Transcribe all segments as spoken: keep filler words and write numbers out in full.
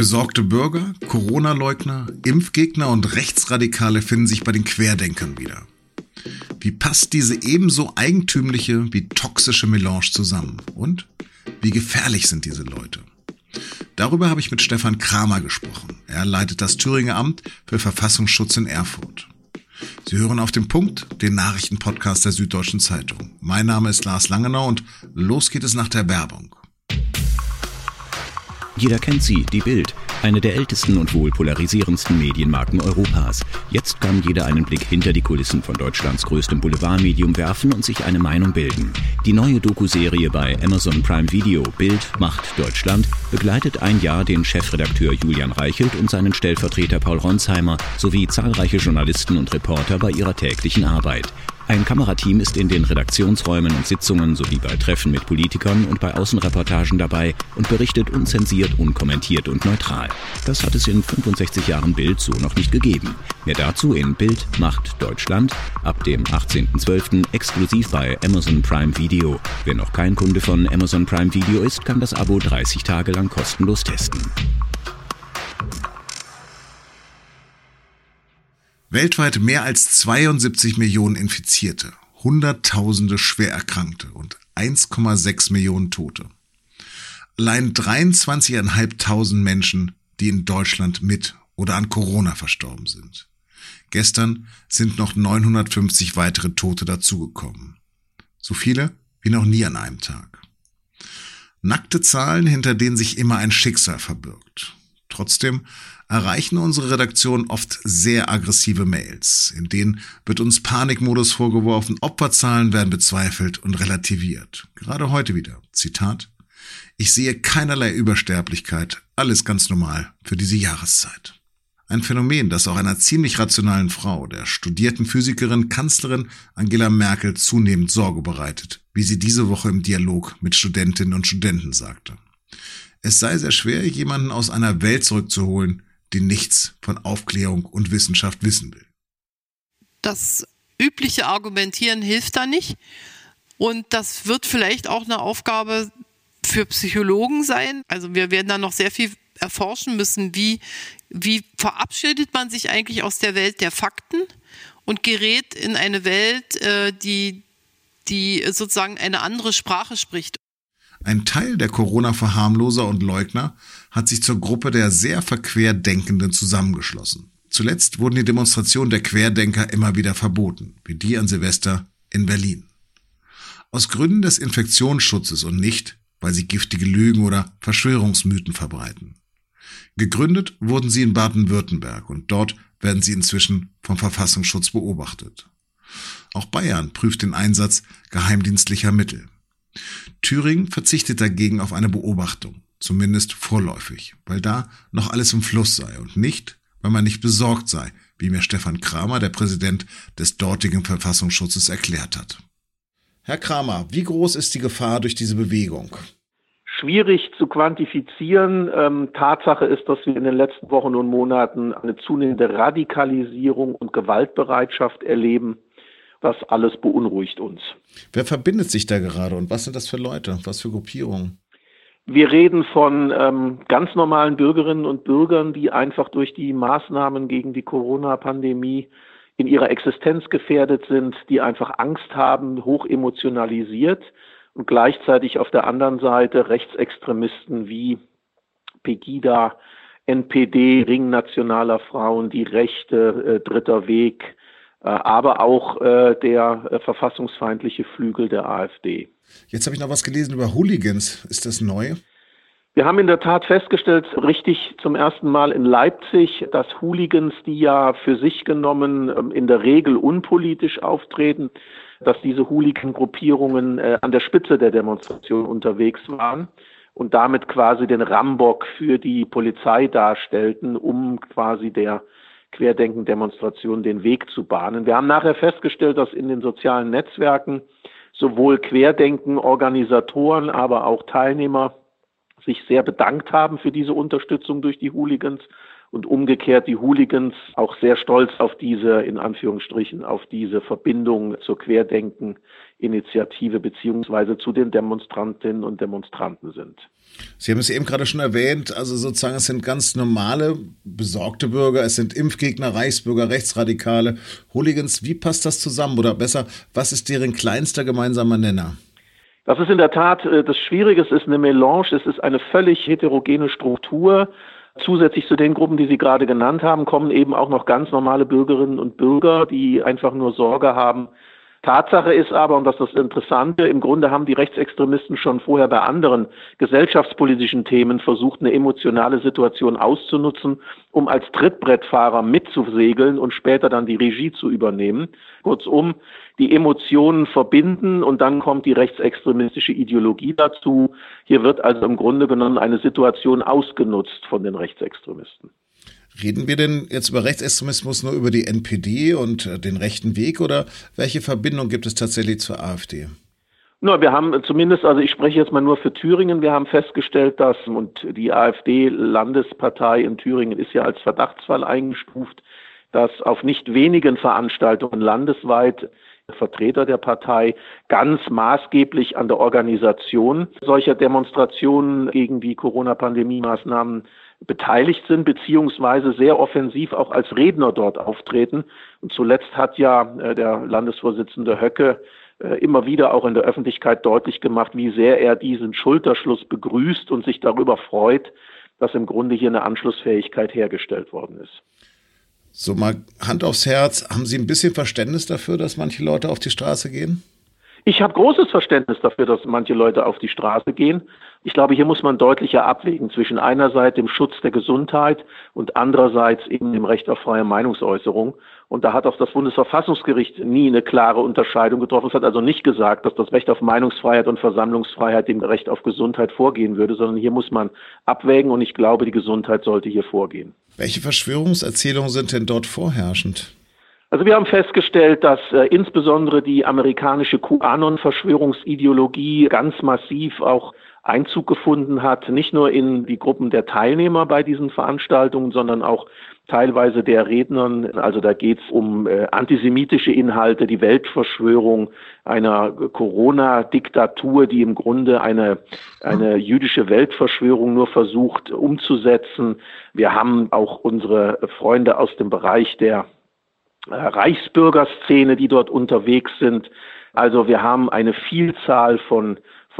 Besorgte Bürger, Corona-Leugner, Impfgegner und Rechtsradikale finden sich bei den Querdenkern wieder. Wie passt diese ebenso eigentümliche wie toxische Melange zusammen? Und wie gefährlich sind diese Leute? Darüber habe ich mit Stefan Kramer gesprochen. Er leitet das Thüringer Amt für Verfassungsschutz in Erfurt. Sie hören auf den Punkt, den Nachrichtenpodcast der Süddeutschen Zeitung. Mein Name ist Lars Langenau und los geht es nach der Werbung. Jeder kennt sie, die Bild, eine der ältesten und wohl polarisierendsten Medienmarken Europas. Jetzt kann jeder einen Blick hinter die Kulissen von Deutschlands größtem Boulevardmedium werfen und sich eine Meinung bilden. Die neue Doku-Serie bei Amazon Prime Video, Bild macht Deutschland, begleitet ein Jahr den Chefredakteur Julian Reichelt und seinen Stellvertreter Paul Ronsheimer sowie zahlreiche Journalisten und Reporter bei ihrer täglichen Arbeit. Ein Kamerateam ist in den Redaktionsräumen und Sitzungen sowie bei Treffen mit Politikern und bei Außenreportagen dabei und berichtet unzensiert, unkommentiert und neutral. Das hat es in fünfundsechzig Jahren Bild so noch nicht gegeben. Mehr dazu in Bild macht Deutschland ab dem achtzehnten zwölften exklusiv bei Amazon Prime Video. Wer noch kein Kunde von Amazon Prime Video ist, kann das Abo dreißig Tage lang kostenlos testen. Weltweit mehr als zweiundsiebzig Millionen Infizierte, Hunderttausende Schwererkrankte und eins Komma sechs Millionen Tote. Allein dreiundzwanzigtausendfünfhundert Menschen, die in Deutschland mit oder an Corona verstorben sind. Gestern sind noch neunhundertfünfzig weitere Tote dazugekommen. So viele wie noch nie an einem Tag. Nackte Zahlen, hinter denen sich immer ein Schicksal verbirgt. Trotzdem erreichen unsere Redaktion oft sehr aggressive Mails, in denen wird uns Panikmodus vorgeworfen, Opferzahlen werden bezweifelt und relativiert. Gerade heute wieder, Zitat, ich sehe keinerlei Übersterblichkeit, alles ganz normal für diese Jahreszeit. Ein Phänomen, das auch einer ziemlich rationalen Frau, der studierten Physikerin, Kanzlerin Angela Merkel zunehmend Sorge bereitet, wie sie diese Woche im Dialog mit Studentinnen und Studenten sagte. Es sei sehr schwer, jemanden aus einer Welt zurückzuholen, die nichts von Aufklärung und Wissenschaft wissen will. Das übliche Argumentieren hilft da nicht. Und das wird vielleicht auch eine Aufgabe für Psychologen sein. Also wir werden da noch sehr viel erforschen müssen, wie, wie verabschiedet man sich eigentlich aus der Welt der Fakten und gerät in eine Welt, äh, die, die sozusagen eine andere Sprache spricht. Ein Teil der Corona-Verharmloser und Leugner hat sich zur Gruppe der sehr Verquerdenkenden zusammengeschlossen. Zuletzt wurden die Demonstrationen der Querdenker immer wieder verboten, wie die an Silvester in Berlin. Aus Gründen des Infektionsschutzes und nicht, weil sie giftige Lügen oder Verschwörungsmythen verbreiten. Gegründet wurden sie in Baden-Württemberg und dort werden sie inzwischen vom Verfassungsschutz beobachtet. Auch Bayern prüft den Einsatz geheimdienstlicher Mittel. Thüringen verzichtet dagegen auf eine Beobachtung, zumindest vorläufig, weil da noch alles im Fluss sei und nicht, weil man nicht besorgt sei, wie mir Stefan Kramer, der Präsident des dortigen Verfassungsschutzes, erklärt hat. Herr Kramer, wie groß ist die Gefahr durch diese Bewegung? Schwierig zu quantifizieren. Ähm, Tatsache ist, dass wir in den letzten Wochen und Monaten eine zunehmende Radikalisierung und Gewaltbereitschaft erleben. Das alles beunruhigt uns. Wer verbindet sich da gerade und was sind das für Leute, was für Gruppierungen? Wir reden von ähm, ganz normalen Bürgerinnen und Bürgern, die einfach durch die Maßnahmen gegen die Corona-Pandemie in ihrer Existenz gefährdet sind, die einfach Angst haben, hoch emotionalisiert und gleichzeitig auf der anderen Seite Rechtsextremisten wie Pegida, N P D, Ring nationaler Frauen, die Rechte, äh, Dritter Weg, aber auch äh, der äh, verfassungsfeindliche Flügel der AfD. Jetzt habe ich noch was gelesen über Hooligans. Ist das neu? Wir haben in der Tat festgestellt, richtig zum ersten Mal in Leipzig, dass Hooligans, die ja für sich genommen ähm, in der Regel unpolitisch auftreten, dass diese Hooligan-Gruppierungen äh, an der Spitze der Demonstration unterwegs waren und damit quasi den Rambock für die Polizei darstellten, um quasi der Querdenken-Demonstration den Weg zu bahnen. Wir haben nachher festgestellt, dass in den sozialen Netzwerken sowohl Querdenken-Organisatoren, aber auch Teilnehmer sich sehr bedankt haben für diese Unterstützung durch die Hooligans und umgekehrt die Hooligans auch sehr stolz auf diese, in Anführungsstrichen, auf diese Verbindung zur Querdenken Initiative beziehungsweise zu den Demonstrantinnen und Demonstranten sind. Sie haben es eben gerade schon erwähnt, also sozusagen es sind ganz normale, besorgte Bürger, es sind Impfgegner, Reichsbürger, Rechtsradikale, Hooligans. Wie passt das zusammen? Oder besser, was ist deren kleinster gemeinsamer Nenner? Das ist in der Tat das Schwierige, es ist eine Melange, es ist eine völlig heterogene Struktur. Zusätzlich zu den Gruppen, die Sie gerade genannt haben, kommen eben auch noch ganz normale Bürgerinnen und Bürger, die einfach nur Sorge haben. Tatsache ist aber, und das ist das Interessante, im Grunde haben die Rechtsextremisten schon vorher bei anderen gesellschaftspolitischen Themen versucht, eine emotionale Situation auszunutzen, um als Trittbrettfahrer mitzusegeln und später dann die Regie zu übernehmen. Kurzum, die Emotionen verbinden und dann kommt die rechtsextremistische Ideologie dazu. Hier wird also im Grunde genommen eine Situation ausgenutzt von den Rechtsextremisten. Reden wir denn jetzt über Rechtsextremismus nur über die N P D und den rechten Weg oder welche Verbindung gibt es tatsächlich zur AfD? Na, wir haben zumindest, also ich spreche jetzt mal nur für Thüringen, wir haben festgestellt, dass, und die AfD-Landespartei in Thüringen ist ja als Verdachtsfall eingestuft, dass auf nicht wenigen Veranstaltungen landesweit Vertreter der Partei ganz maßgeblich an der Organisation solcher Demonstrationen gegen die Corona-Pandemie-Maßnahmen beteiligt sind, beziehungsweise sehr offensiv auch als Redner dort auftreten. Und zuletzt hat ja äh, der Landesvorsitzende Höcke äh, immer wieder auch in der Öffentlichkeit deutlich gemacht, wie sehr er diesen Schulterschluss begrüßt und sich darüber freut, dass im Grunde hier eine Anschlussfähigkeit hergestellt worden ist. So mal Hand aufs Herz, haben Sie ein bisschen Verständnis dafür, dass manche Leute auf die Straße gehen? Ich habe großes Verständnis dafür, dass manche Leute auf die Straße gehen. Ich glaube, hier muss man deutlicher abwägen zwischen einerseits dem Schutz der Gesundheit und andererseits eben dem Recht auf freie Meinungsäußerung. Und da hat auch das Bundesverfassungsgericht nie eine klare Unterscheidung getroffen. Es hat also nicht gesagt, dass das Recht auf Meinungsfreiheit und Versammlungsfreiheit dem Recht auf Gesundheit vorgehen würde, sondern hier muss man abwägen und ich glaube, die Gesundheit sollte hier vorgehen. Welche Verschwörungserzählungen sind denn dort vorherrschend? Also wir haben festgestellt, dass äh, insbesondere die amerikanische QAnon-Verschwörungsideologie ganz massiv auch Einzug gefunden hat, nicht nur in die Gruppen der Teilnehmer bei diesen Veranstaltungen, sondern auch teilweise der Rednern. Also da geht es um äh, antisemitische Inhalte, die Weltverschwörung einer Corona-Diktatur, die im Grunde eine, eine jüdische Weltverschwörung nur versucht umzusetzen. Wir haben auch unsere Freunde aus dem Bereich der Reichsbürgerszene, die dort unterwegs sind. Also wir haben eine Vielzahl von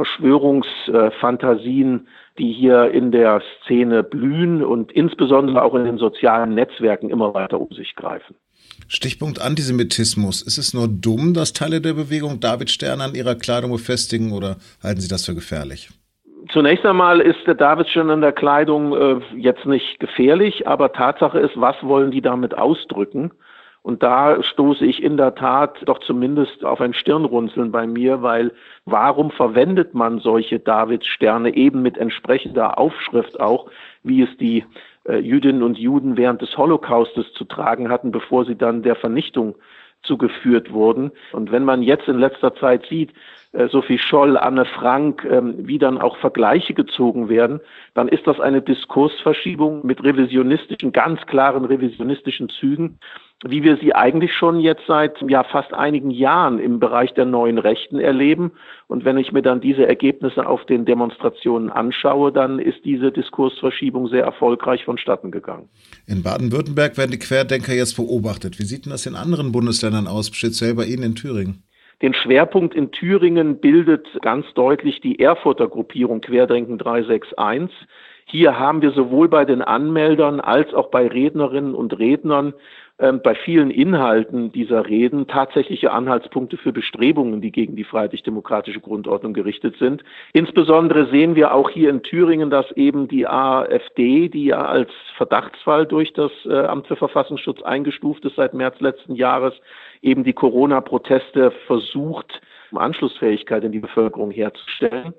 Verschwörungsfantasien, die hier in der Szene blühen und insbesondere auch in den sozialen Netzwerken immer weiter um sich greifen. Stichpunkt Antisemitismus. Ist es nur dumm, dass Teile der Bewegung Davidsterne an ihrer Kleidung befestigen oder halten Sie das für gefährlich? Zunächst einmal ist der Davidstern an der Kleidung äh, jetzt nicht gefährlich, aber Tatsache ist, was wollen die damit ausdrücken? Und da stoße ich in der Tat doch zumindest auf ein Stirnrunzeln bei mir, weil warum verwendet man solche Davidssterne eben mit entsprechender Aufschrift auch, wie es die äh, Jüdinnen und Juden während des Holocaustes zu tragen hatten, bevor sie dann der Vernichtung zugeführt wurden. Und wenn man jetzt in letzter Zeit sieht, äh, Sophie Scholl, Anne Frank, ähm, wie dann auch Vergleiche gezogen werden, dann ist das eine Diskursverschiebung mit revisionistischen, ganz klaren revisionistischen Zügen, wie wir sie eigentlich schon jetzt seit ja fast einigen Jahren im Bereich der neuen Rechten erleben. Und wenn ich mir dann diese Ergebnisse auf den Demonstrationen anschaue, dann ist diese Diskursverschiebung sehr erfolgreich vonstatten gegangen. In Baden-Württemberg werden die Querdenker jetzt beobachtet. Wie sieht denn das in anderen Bundesländern aus, speziell bei Ihnen in Thüringen? Den Schwerpunkt in Thüringen bildet ganz deutlich die Erfurter Gruppierung Querdenken drei sechs eins. Hier haben wir sowohl bei den Anmeldern als auch bei Rednerinnen und Rednern ähm, bei vielen Inhalten dieser Reden tatsächliche Anhaltspunkte für Bestrebungen, die gegen die freiheitlich-demokratische Grundordnung gerichtet sind. Insbesondere sehen wir auch hier in Thüringen, dass eben die AfD, die ja als Verdachtsfall durch das äh, Amt für Verfassungsschutz eingestuft ist seit März letzten Jahres, eben die Corona-Proteste versucht, Anschlussfähigkeit in die Bevölkerung herzustellen.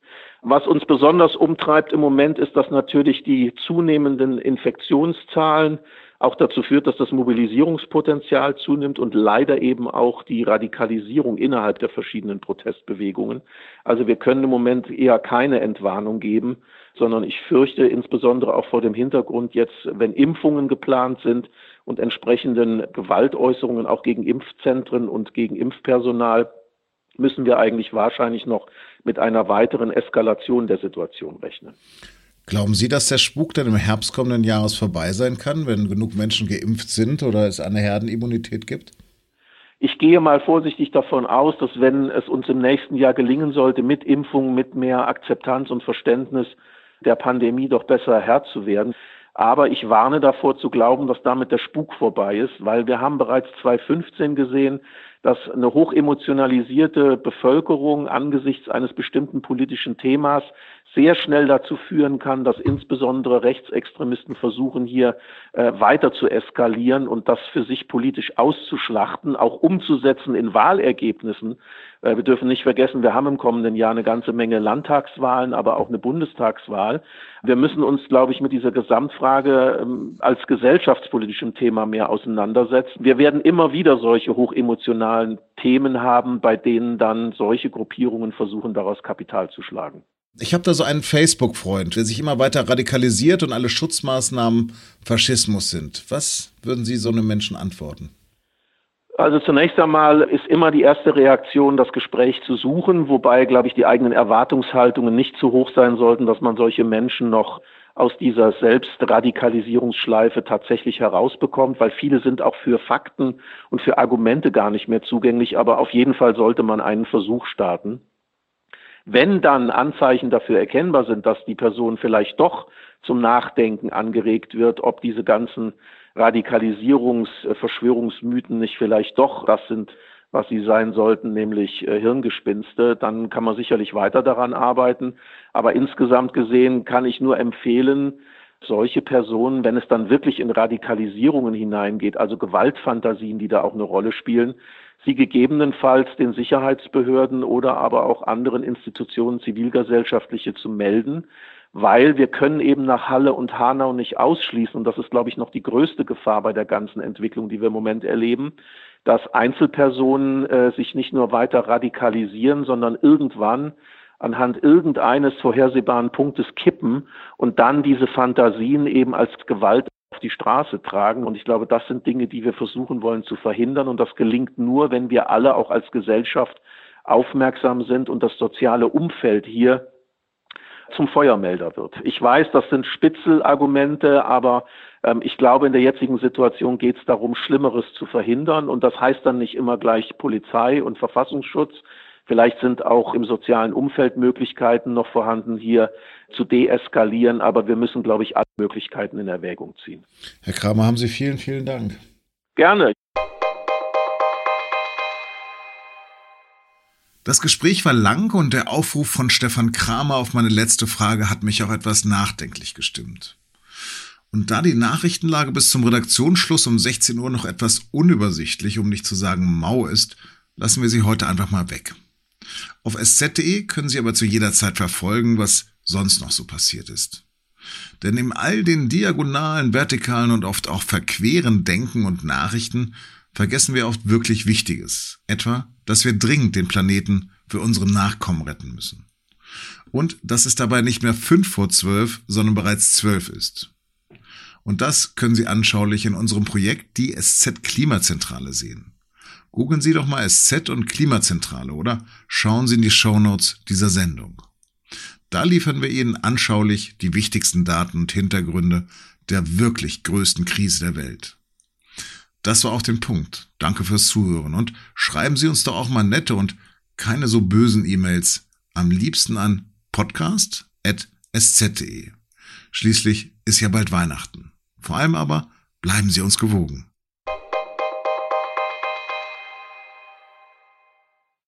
Was uns besonders umtreibt im Moment ist, dass natürlich die zunehmenden Infektionszahlen auch dazu führt, dass das Mobilisierungspotenzial zunimmt und leider eben auch die Radikalisierung innerhalb der verschiedenen Protestbewegungen. Also wir können im Moment eher keine Entwarnung geben, sondern ich fürchte insbesondere auch vor dem Hintergrund jetzt, wenn Impfungen geplant sind und entsprechenden Gewaltäußerungen auch gegen Impfzentren und gegen Impfpersonal, müssen wir eigentlich wahrscheinlich noch mit einer weiteren Eskalation der Situation rechnen. Glauben Sie, dass der Spuk dann im Herbst kommenden Jahres vorbei sein kann, wenn genug Menschen geimpft sind oder es eine Herdenimmunität gibt? Ich gehe mal vorsichtig davon aus, dass wenn es uns im nächsten Jahr gelingen sollte, mit Impfung, mit mehr Akzeptanz und Verständnis der Pandemie doch besser Herr zu werden. Aber ich warne davor zu glauben, dass damit der Spuk vorbei ist, weil wir haben bereits zweitausendfünfzehn gesehen, dass eine hochemotionalisierte Bevölkerung angesichts eines bestimmten politischen Themas sehr schnell dazu führen kann, dass insbesondere Rechtsextremisten versuchen, hier äh, weiter zu eskalieren und das für sich politisch auszuschlachten, auch umzusetzen in Wahlergebnissen. Äh, wir dürfen nicht vergessen, wir haben im kommenden Jahr eine ganze Menge Landtagswahlen, aber auch eine Bundestagswahl. Wir müssen uns, glaube ich, mit dieser Gesamtfrage ähm, als gesellschaftspolitischem Thema mehr auseinandersetzen. Wir werden immer wieder solche hochemotionalen Themen haben, bei denen dann solche Gruppierungen versuchen, daraus Kapital zu schlagen. Ich habe da so einen Facebook-Freund, der sich immer weiter radikalisiert und alle Schutzmaßnahmen Faschismus sind. Was würden Sie so einem Menschen antworten? Also zunächst einmal ist immer die erste Reaktion, das Gespräch zu suchen, wobei, glaube ich, die eigenen Erwartungshaltungen nicht zu hoch sein sollten, dass man solche Menschen noch aus dieser Selbstradikalisierungsschleife tatsächlich herausbekommt, weil viele sind auch für Fakten und für Argumente gar nicht mehr zugänglich, aber auf jeden Fall sollte man einen Versuch starten. Wenn dann Anzeichen dafür erkennbar sind, dass die Person vielleicht doch zum Nachdenken angeregt wird, ob diese ganzen Radikalisierungs-, Verschwörungsmythen nicht vielleicht doch das sind, was sie sein sollten, nämlich äh, Hirngespinste, dann kann man sicherlich weiter daran arbeiten. Aber insgesamt gesehen kann ich nur empfehlen, solche Personen, wenn es dann wirklich in Radikalisierungen hineingeht, also Gewaltfantasien, die da auch eine Rolle spielen, sie gegebenenfalls den Sicherheitsbehörden oder aber auch anderen Institutionen zivilgesellschaftliche zu melden, weil wir können eben nach Halle und Hanau nicht ausschließen, und das ist, glaube ich, noch die größte Gefahr bei der ganzen Entwicklung, die wir im Moment erleben, dass Einzelpersonen äh, sich nicht nur weiter radikalisieren, sondern irgendwann anhand irgendeines vorhersehbaren Punktes kippen und dann diese Fantasien eben als Gewalt auf die Straße tragen. Und ich glaube, das sind Dinge, die wir versuchen wollen zu verhindern. Und das gelingt nur, wenn wir alle auch als Gesellschaft aufmerksam sind und das soziale Umfeld hier zum Feuermelder wird. Ich weiß, das sind Spitzelargumente, aber ähm, ich glaube, in der jetzigen Situation geht es darum, Schlimmeres zu verhindern. Und das heißt dann nicht immer gleich Polizei und Verfassungsschutz. Vielleicht sind auch im sozialen Umfeld Möglichkeiten noch vorhanden, hier zu deeskalieren. Aber wir müssen, glaube ich, alle Möglichkeiten in Erwägung ziehen. Herr Kramer, haben Sie vielen, vielen Dank. Gerne. Das Gespräch war lang und der Aufruf von Stefan Kramer auf meine letzte Frage hat mich auch etwas nachdenklich gestimmt. Und da die Nachrichtenlage bis zum Redaktionsschluss um sechzehn Uhr noch etwas unübersichtlich, um nicht zu sagen mau ist, lassen wir sie heute einfach mal weg. Auf sz punkt de können Sie aber zu jeder Zeit verfolgen, was sonst noch so passiert ist. Denn in all den diagonalen, vertikalen und oft auch verqueren Denken und Nachrichten vergessen wir oft wirklich Wichtiges. Etwa, dass wir dringend den Planeten für unsere Nachkommen retten müssen. Und dass es dabei nicht mehr fünf vor zwölf, sondern bereits zwölf ist. Und das können Sie anschaulich in unserem Projekt die S Z-Klimazentrale sehen. Googeln Sie doch mal S Z und Klimazentrale oder schauen Sie in die Shownotes dieser Sendung. Da liefern wir Ihnen anschaulich die wichtigsten Daten und Hintergründe der wirklich größten Krise der Welt. Das war auch der Punkt. Danke fürs Zuhören und schreiben Sie uns doch auch mal nette und keine so bösen E-Mails. Am liebsten an podcast at s z punkt de. Schließlich ist ja bald Weihnachten. Vor allem aber bleiben Sie uns gewogen.